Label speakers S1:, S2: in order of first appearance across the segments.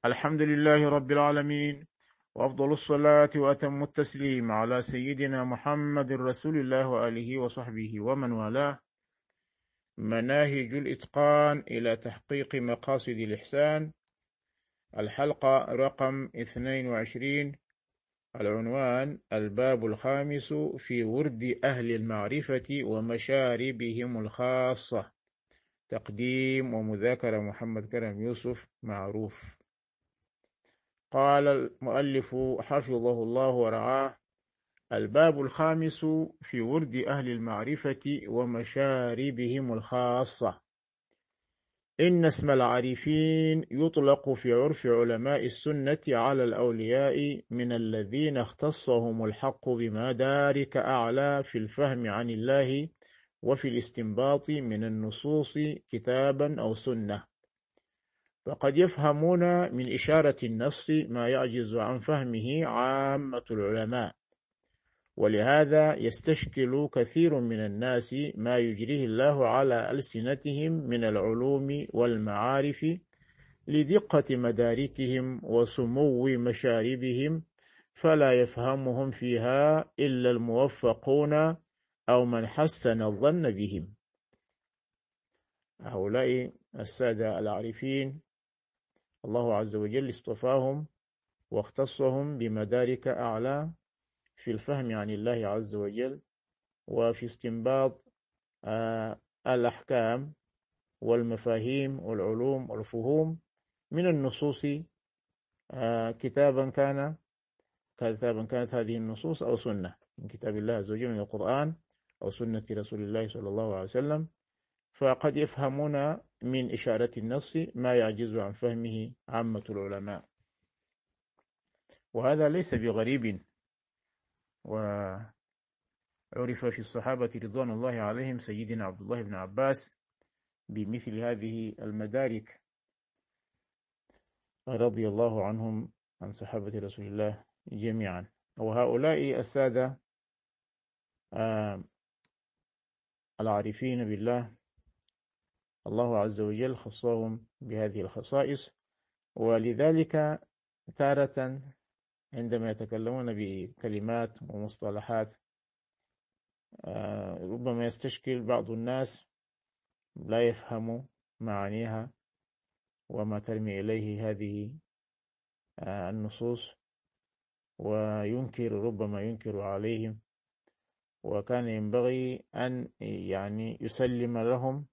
S1: الحمد لله رب العالمين، وأفضل الصلاة وأتم التسليم على سيدنا محمد رسول الله وآله وصحبه ومن والاه. مناهج الإتقان إلى تحقيق مقاصد الإحسان، الحلقة رقم 22. العنوان: الباب الخامس في ورد أهل المعرفة ومشاربهم الخاصة. تقديم ومذاكرة محمد كرم يوسف معروف. قال المؤلف حفظه الله ورعاه: الباب الخامس في ورد أهل المعرفة ومشاربهم الخاصة. إن اسم العارفين يطلق في عرف علماء السنة على الأولياء من الذين اختصهم الحق بمدارك أعلى في الفهم عن الله وفي الاستنباط من النصوص كتابا أو سنة، فقد يفهمون من إشارة النص ما يعجز عن فهمه عامة العلماء، ولهذا يستشكل كثير من الناس ما يجريه الله على ألسنتهم من العلوم والمعارف لدقة مداركهم وسمو مشاربهم، فلا يفهمهم فيها إلا الموفقون أو من حسن الظن بهم. هؤلاء السادة العارفين الله عز وجل اصطفاهم واختصهم بمدارك أعلى في الفهم عن الله عز وجل وفي استنباط الأحكام والمفاهيم والعلوم والفهوم من النصوص، كانت هذه النصوص أو سنة من كتاب الله عز وجل من القرآن أو سنة رسول الله صلى الله عليه وسلم، فقد يفهمون من إشارة النص ما يعجز عن فهمه عامة العلماء، وهذا ليس بغريب. وعرف في الصحابة رضوان الله عليهم سيدنا عبد الله بن عباس بمثل هذه المدارك رضي الله عنهم عن صحابة رسول الله جميعا. وهؤلاء السادة العارفين بالله الله عز وجل خصهم بهذه الخصائص، ولذلك تارة عندما يتكلمون بكلمات ومصطلحات ربما يستشكل بعض الناس، لا يفهم معانيها وما ترمي إليه هذه النصوص، ربما ينكر عليهم، وكان ينبغي أن يسلم لهم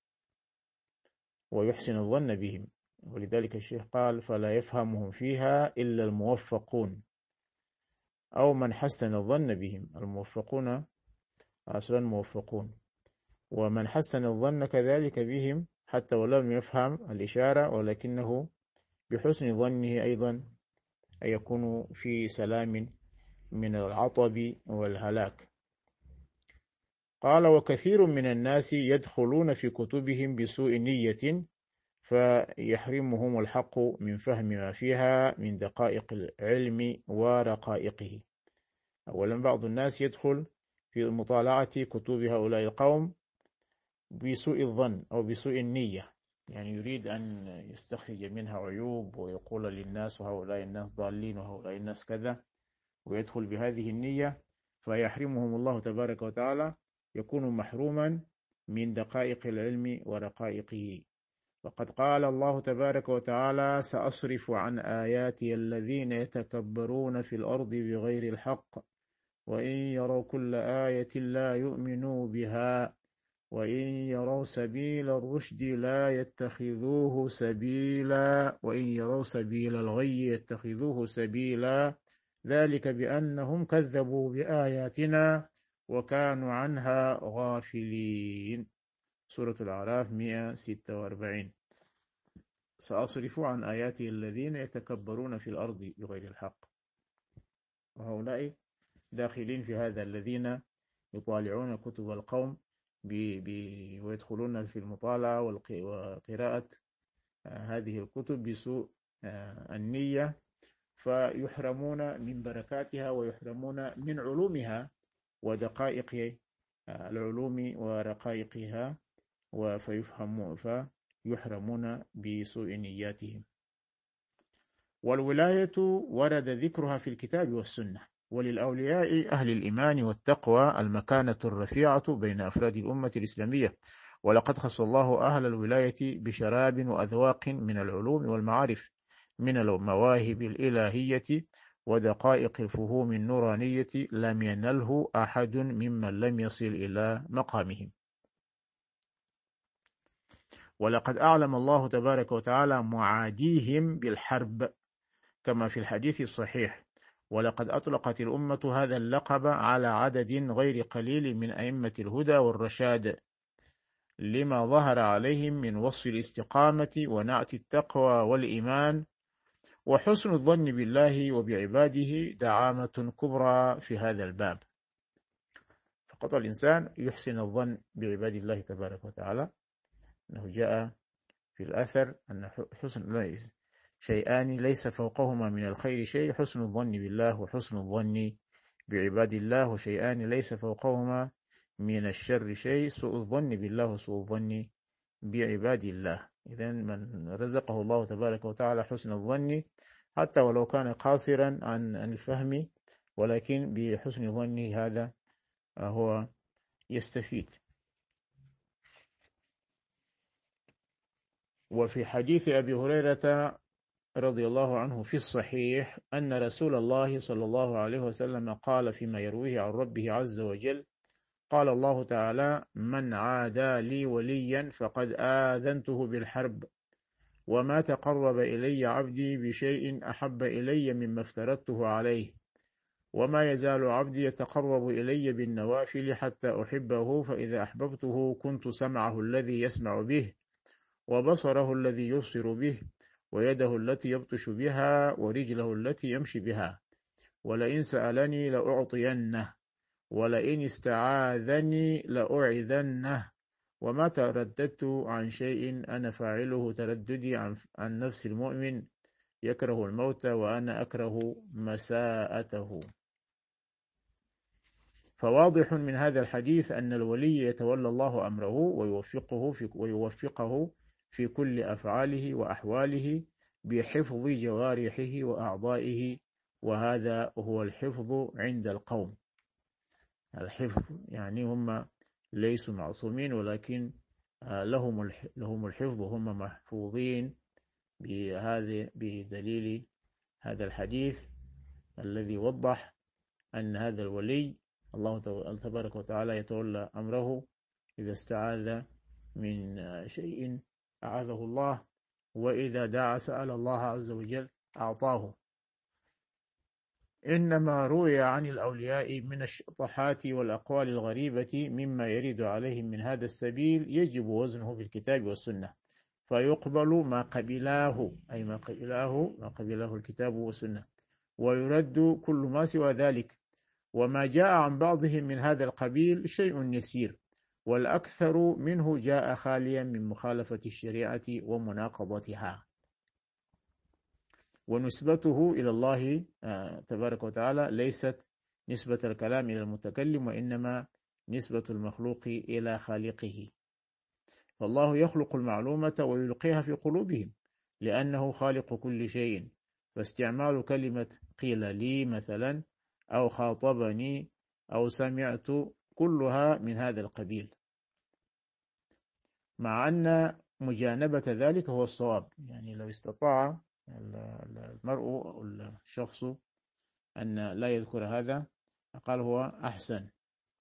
S1: ويحسن الظن بهم. ولذلك الشيخ قال: فلا يفهمهم فيها إلا الموفقون أو من حسن الظن بهم. الموفقون أصلا موفقون، ومن حسن الظن كذلك بهم حتى ولم يفهم الإشارة، ولكنه بحسن ظنه أيضا أن يكون في سلام من العطب والهلاك. قال: وكثير من الناس يدخلون في كتبهم بسوء نية فيحرمهم الحق من فهم ما فيها من دقائق العلم ورقائقه. أولا، بعض الناس يدخل في مطالعة كتب هؤلاء القوم بسوء الظن أو بسوء النية، يريد أن يستخرج منها عيوب ويقول للناس هؤلاء الناس ضالين وهؤلاء الناس كذا، ويدخل بهذه النية فيحرمهم الله تبارك وتعالى، يكون محروما من دقائق العلم ورقائقه. وقد قال الله تبارك وتعالى: سأصرف عن آياتي الذين يتكبرون في الأرض بغير الحق وإن يروا كل آية لا يؤمنوا بها وإن يروا سبيل الرشد لا يتخذوه سبيلا وإن يروا سبيل الغي يتخذوه سبيلا ذلك بأنهم كذبوا بآياتنا وكانوا عنها غافلين. سورة الأعراف 146. سأصرف عن آياتي الذين يتكبرون في الأرض بغير الحق. وهؤلاء داخلين في هذا، الذين يطالعون كتب القوم ويدخلون في المطالعة وقراءة هذه الكتب بسوء النية، فيحرمون من بركاتها ويحرمون من علومها ودقائق العلوم ورقائقها، فيحرمون بسوء نياتهم. والولاية ورد ذكرها في الكتاب والسنة، وللأولياء أهل الإيمان والتقوى المكانة الرفيعة بين أفراد الأمة الإسلامية، ولقد خص الله أهل الولاية بشراب وأذواق من العلوم والمعارف، من المواهب الإلهية ودقائق الفهوم النورانية لم ينله أحد ممن لم يصل إلى مقامهم. ولقد أعلم الله تبارك وتعالى معاديهم بالحرب كما في الحديث الصحيح، ولقد أطلقت الأمة هذا اللقب على عدد غير قليل من أئمة الهدى والرشاد، لما ظهر عليهم من وصف الاستقامة ونعت التقوى والإيمان وحسن الظن بالله وبعباده دعامة كبرى في هذا الباب. فقط الإنسان يحسن الظن بعباد الله تبارك وتعالى، أنه جاء في الأثر أن حسن شيئان ليس فوقهما من الخير شيء، حسن الظن بالله وحسن الظن بعباد الله، وشيئان ليس فوقهما من الشر شيء، سوء الظن بالله وسوء الظن بعباد الله. إذن من رزقه الله تبارك وتعالى حسن الظن حتى ولو كان قاصرا عن الفهم، ولكن بحسن ظنه هذا هو يستفيد. وفي حديث أبي هريرة رضي الله عنه في الصحيح أن رسول الله صلى الله عليه وسلم قال فيما يرويه عن ربه عز وجل: قال الله تعالى: من عادى لي وليا فقد آذنته بالحرب، وما تقرب إلي عبدي بشيء أحب إلي مما افترضته عليه، وما يزال عبدي يتقرب إلي بالنوافل حتى أحبه، فإذا أحببته كنت سمعه الذي يسمع به، وبصره الذي يبصر به، ويده التي يبطش بها، ورجله التي يمشي بها، ولئن سألني لأعطينه، ولئن استعاذني لأعذنه، وما ترددت عن شيء أنا فاعله ترددي عن نفس المؤمن يكره الموت وأنا أكره مساءته. فواضح من هذا الحديث أن الولي يتولى الله أمره ويوفقه في كل أفعاله وأحواله بحفظ جوارحه وأعضائه، وهذا هو الحفظ عند القوم. الحفظ يعني هم ليسوا معصومين، ولكن لهم الحفظ، هم محفوظين بدليل هذا الحديث الذي وضح أن هذا الولي الله تبارك وتعالى يتولى أمره، إذا استعاذ من شيء أعاذه الله، وإذا دعا سأل الله عز وجل أعطاه. إنما روي عن الأولياء من الشطحات والأقوال الغريبة مما يرد عليهم من هذا السبيل يجب وزنه بالكتاب والسنة، فيقبل ما قبلاه، أي ما قبلاه الكتاب والسنة، ويرد كل ما سوى ذلك، وما جاء عن بعضهم من هذا القبيل شيء يسير، والأكثر منه جاء خاليا من مخالفة الشريعة ومناقضتها. ونسبته إلى الله تبارك وتعالى ليست نسبة الكلام إلى المتكلم، وإنما نسبة المخلوق إلى خالقه. فالله يخلق المعلومة ويلقيها في قلوبهم لأنه خالق كل شيء، فاستعمال كلمة قيل لي مثلا أو خاطبني أو سمعت كلها من هذا القبيل، مع أن مجانبة ذلك هو الصواب. يعني لو استطاع المرء أو الشخص أن لا يذكر هذا قال هو أحسن،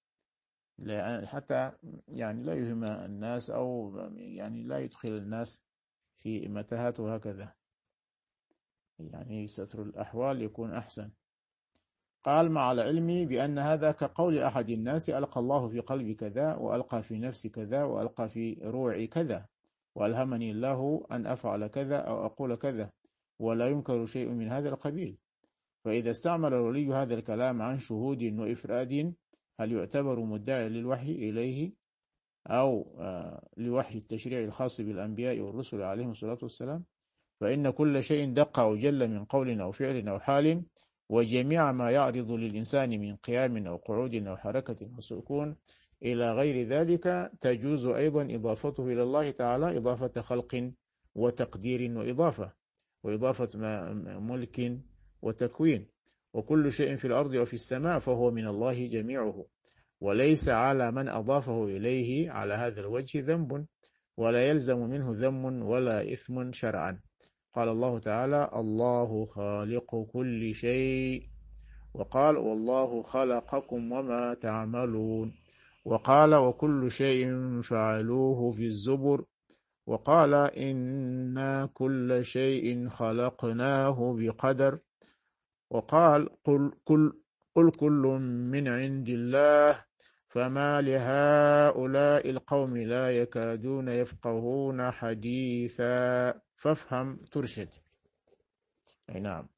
S1: حتى يعني لا يهم الناس أو يعني لا يدخل الناس في متاهات وهكذا، يعني ستر الأحوال يكون أحسن. قال: مع العلم بأن هذا كقول أحد الناس: ألقى الله في قلبي كذا، وألقى في نفسي كذا، وألقى في روعي كذا، وألهمني الله أن أفعل كذا أو أقول كذا، ولا ينكر شيء من هذا القبيل. فإذا استعمل الولي هذا الكلام عن شهود وإفراد، هل يعتبر مدعي للوحي إليه أو لوحي التشريع الخاص بالأنبياء والرسل عليهم الصلاة والسلام؟ فإن كل شيء دق أو جل من قول أو فعل أو حال، وجميع ما يعرض للإنسان من قيام أو قعود أو حركة أو سكون إلى غير ذلك، تجوز أيضا إضافته إلى الله تعالى إضافة خلق وتقدير وإضافة. وإضافة ملك وتكوين. وكل شيء في الأرض وفي السماء فهو من الله جميعه، وليس على من أضافه إليه على هذا الوجه ذنب، ولا يلزم منه ذم ولا إثم شرعا. قال الله تعالى: الله خالق كل شيء. وقال: والله خلقكم وما تعملون. وقال: وكل شيء فعلوه في الزبر. وقال: إنا كل شيء خلقناه بقدر. وقال: قل كل من عند الله فما لهؤلاء القوم لا يكادون يفقهون حديثا فافهم ترشد. أي نعم.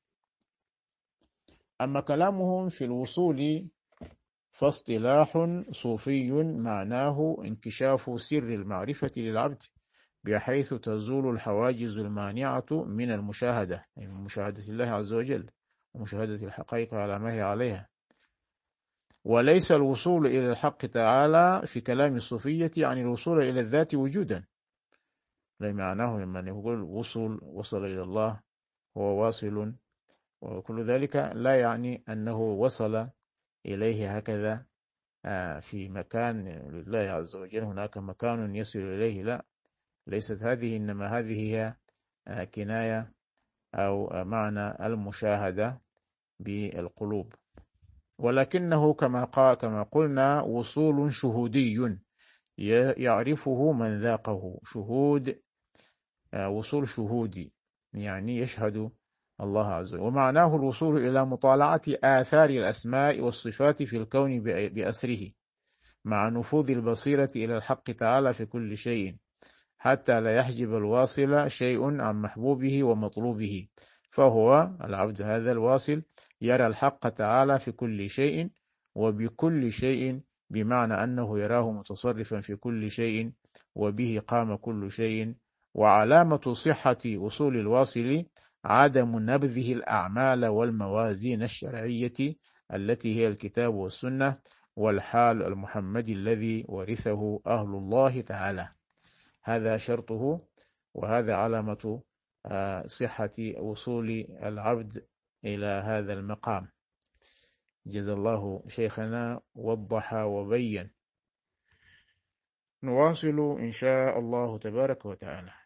S1: أما كلامهم في الوصول فاصطلاح صوفي معناه انكشاف سر المعرفة للعبد بحيث تزول الحواجز المانعة من المشاهدة، أي من مشاهدة الله عز وجل ومشاهدة الحقائق على ما هي عليها. وليس الوصول إلى الحق تعالى في كلام الصوفية يعني الوصول إلى الذات وجودا، لا معناه لما يقول وصل إلى الله هو واصل، وكل ذلك لا يعني أنه وصل إليه هكذا في مكان لله عز وجل هناك مكان يصل إليه، لا، ليست هذه، إنما هذه هي كناية أو معنى المشاهدة بالقلوب. ولكنه كما قلنا وصول شهودي يعرفه من ذاقه، شهود، وصول شهودي يعني يشهد الله عز وجل. ومعناه الوصول إلى مطالعة آثار الأسماء والصفات في الكون بأسره مع نفوذ البصيرة إلى الحق تعالى في كل شيء، حتى لا يحجب الواصل شيء عن محبوبه ومطلوبه، فهو العبد هذا الواصل يرى الحق تعالى في كل شيء وبكل شيء، بمعنى أنه يراه متصرفا في كل شيء وبه قام كل شيء. وعلامة صحة وصول الواصل عدم نبذه الأعمال والموازين الشرعية التي هي الكتاب والسنة والحال المحمدي الذي ورثه أهل الله تعالى. هذا شرطه، وهذا علامة صحة وصول العبد إلى هذا المقام. جزا الله شيخنا وضح وبين. نواصل إن شاء الله تبارك وتعالى.